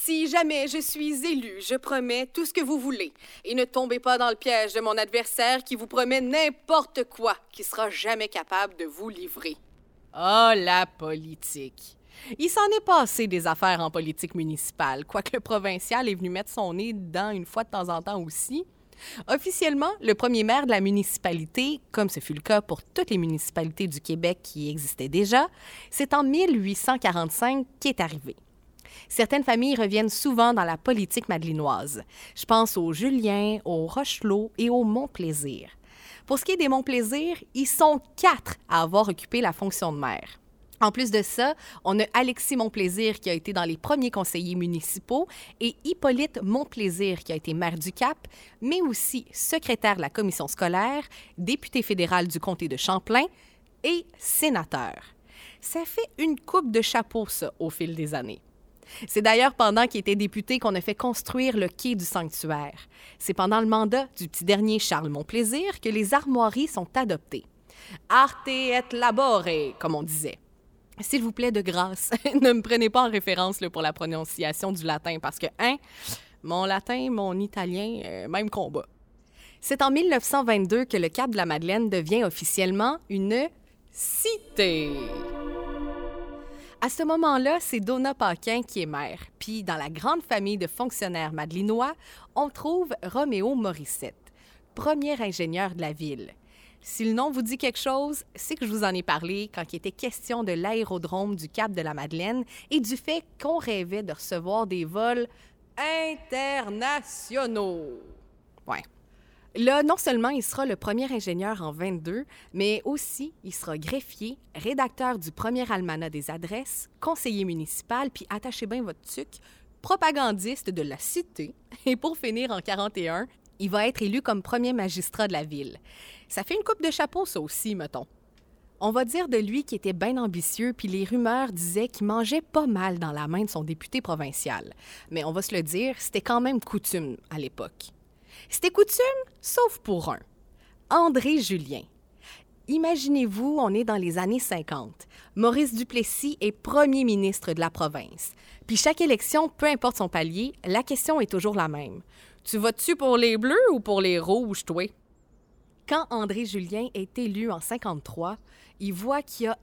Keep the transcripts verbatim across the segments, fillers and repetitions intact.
Si jamais je suis élu, je promets tout ce que vous voulez. Et ne tombez pas dans le piège de mon adversaire qui vous promet n'importe quoi, qui sera jamais capable de vous livrer. » Ah, oh, la politique! Il s'en est passé des affaires en politique municipale, quoique le provincial est venu mettre son nez dedans une fois de temps en temps aussi. Officiellement, le premier maire de la municipalité, comme ce fut le cas pour toutes les municipalités du Québec qui existaient déjà, c'est en mille huit cent quarante-cinq qu'est arrivé. Certaines familles reviennent souvent dans la politique madelinoise. Je pense aux Julien, aux Rochelot et aux Montplaisir. Pour ce qui est des Montplaisir, ils sont quatre à avoir occupé la fonction de maire. En plus de ça, on a Alexis Montplaisir qui a été dans les premiers conseillers municipaux et Hippolyte Montplaisir qui a été maire du Cap, mais aussi secrétaire de la commission scolaire, député fédéral du comté de Champlain et sénateur. Ça fait une coupe de chapeaux, ça, au fil des années. C'est d'ailleurs pendant qu'il était député qu'on a fait construire le quai du sanctuaire. C'est pendant le mandat du petit dernier Charles Montplaisir que les armoiries sont adoptées. « Arte et labore », comme on disait. S'il vous plaît, de grâce, ne me prenez pas en référence là, pour la prononciation du latin, parce que, hein, mon latin, mon italien, euh, même combat. C'est en mille neuf cent vingt-deux que le Cap de la Madeleine devient officiellement une cité. À ce moment-là, c'est Donna Paquin qui est maire. Puis, dans la grande famille de fonctionnaires madelinois, on trouve Roméo Morissette, premier ingénieur de la ville. Si le nom vous dit quelque chose, c'est que je vous en ai parlé quand il était question de l'aérodrome du Cap de la Madeleine et du fait qu'on rêvait de recevoir des vols internationaux. Ouais. Là, non seulement il sera le premier ingénieur en vingt-deux, mais aussi il sera greffier, rédacteur du premier almanach des adresses, conseiller municipal, puis attachez bien votre tuque, propagandiste de la cité. Et pour finir, en quarante et un, il va être élu comme premier magistrat de la ville. Ça fait une coupe de chapeau, ça aussi, mettons. On va dire de lui qu'il était bien ambitieux, puis les rumeurs disaient qu'il mangeait pas mal dans la main de son député provincial. Mais on va se le dire, c'était quand même coutume à l'époque. C'était coutume, sauf pour un. André Julien. Imaginez-vous, on est dans les années cinquante. Maurice Duplessis est premier ministre de la province. Puis chaque élection, peu importe son palier, la question est toujours la même. Tu votes-tu pour les bleus ou pour les rouges, toi? Quand André Julien est élu en cinquante-trois, il voit qu'il y a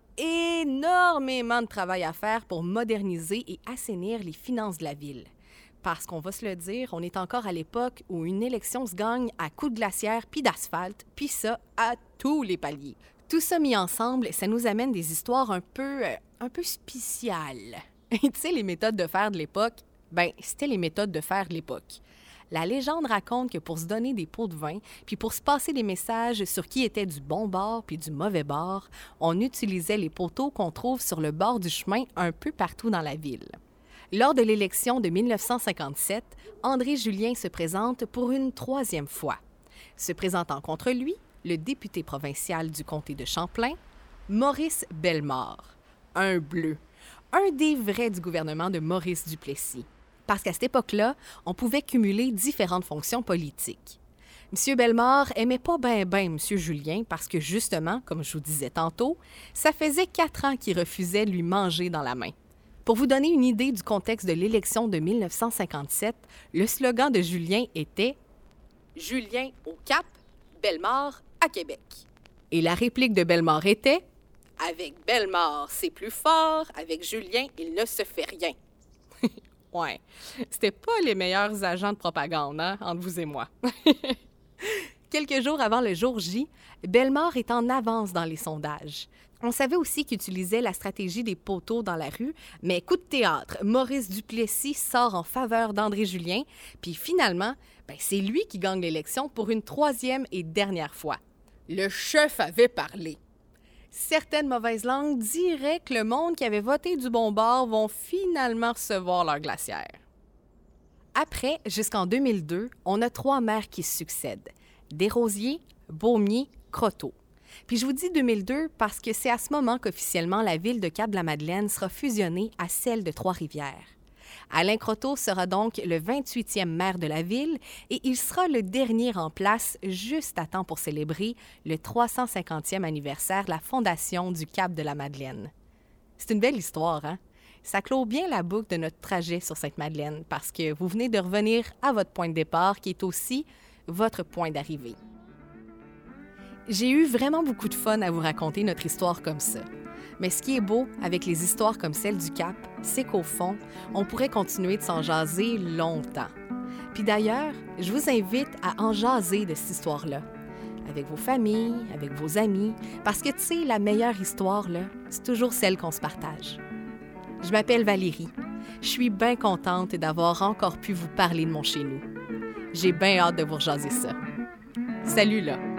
énormément de travail à faire pour moderniser et assainir les finances de la ville. Parce qu'on va se le dire, on est encore à l'époque où une élection se gagne à coups de glacière puis d'asphalte, puis ça à tous les paliers. Tout ça mis ensemble, ça nous amène des histoires un peu, euh, un peu spéciales. Tu sais, les méthodes de faire de l'époque, ben c'était les méthodes de faire de l'époque. La légende raconte que pour se donner des pots de vin, puis pour se passer des messages sur qui était du bon bord puis du mauvais bord, on utilisait les poteaux qu'on trouve sur le bord du chemin un peu partout dans la ville. Lors de l'élection de mille neuf cent cinquante-sept, André Julien se présente pour une troisième fois. Se présentant contre lui, le député provincial du comté de Champlain, Maurice Bellemare, un bleu, un des vrais du gouvernement de Maurice Duplessis. Parce qu'à cette époque-là, on pouvait cumuler différentes fonctions politiques. M. Bellemare aimait pas ben ben M. Julien parce que justement, comme je vous disais tantôt, ça faisait quatre ans qu'il refusait de lui manger dans la main. Pour vous donner une idée du contexte de l'élection de mille neuf cent cinquante-sept, le slogan de Julien était « Julien au Cap, Bellemare à Québec ». Et la réplique de Bellemare était « Avec Bellemare, c'est plus fort, avec Julien, il ne se fait rien ». Ouais, c'était pas les meilleurs agents de propagande, hein, entre vous et moi. Quelques jours avant le jour J, Bellemare est en avance dans les sondages. On savait aussi qu'il utilisait la stratégie des poteaux dans la rue, mais coup de théâtre, Maurice Duplessis sort en faveur d'André Julien, puis finalement, ben, c'est lui qui gagne l'élection pour une troisième et dernière fois. Le chef avait parlé. Certaines mauvaises langues diraient que le monde qui avait voté du bon bord vont finalement recevoir leur glacière. Après, jusqu'en deux mille deux, on a trois maires qui se succèdent. Desrosiers, Beaumier, Croteau. Puis je vous dis deux mille deux parce que c'est à ce moment qu'officiellement la ville de Cap-de-la-Madeleine sera fusionnée à celle de Trois-Rivières. Alain Croteau sera donc le vingt-huitième maire de la ville et il sera le dernier en place juste à temps pour célébrer le trois cent cinquantième anniversaire de la fondation du Cap de la Madeleine. C'est une belle histoire, hein? ça clôt bien la boucle de notre trajet sur Sainte-Madeleine parce que vous venez de revenir à votre point de départ qui est aussi votre point d'arrivée. J'ai eu vraiment beaucoup de fun à vous raconter notre histoire comme ça. Mais ce qui est beau avec les histoires comme celle du Cap, c'est qu'au fond, on pourrait continuer de s'en jaser longtemps. Puis d'ailleurs, je vous invite à en jaser de cette histoire-là, avec vos familles, avec vos amis, parce que tu sais, la meilleure histoire, là, c'est toujours celle qu'on se partage. Je m'appelle Valérie. Je suis bien contente d'avoir encore pu vous parler de mon chez-nous. J'ai bien hâte de vous rejaser ça. Salut là!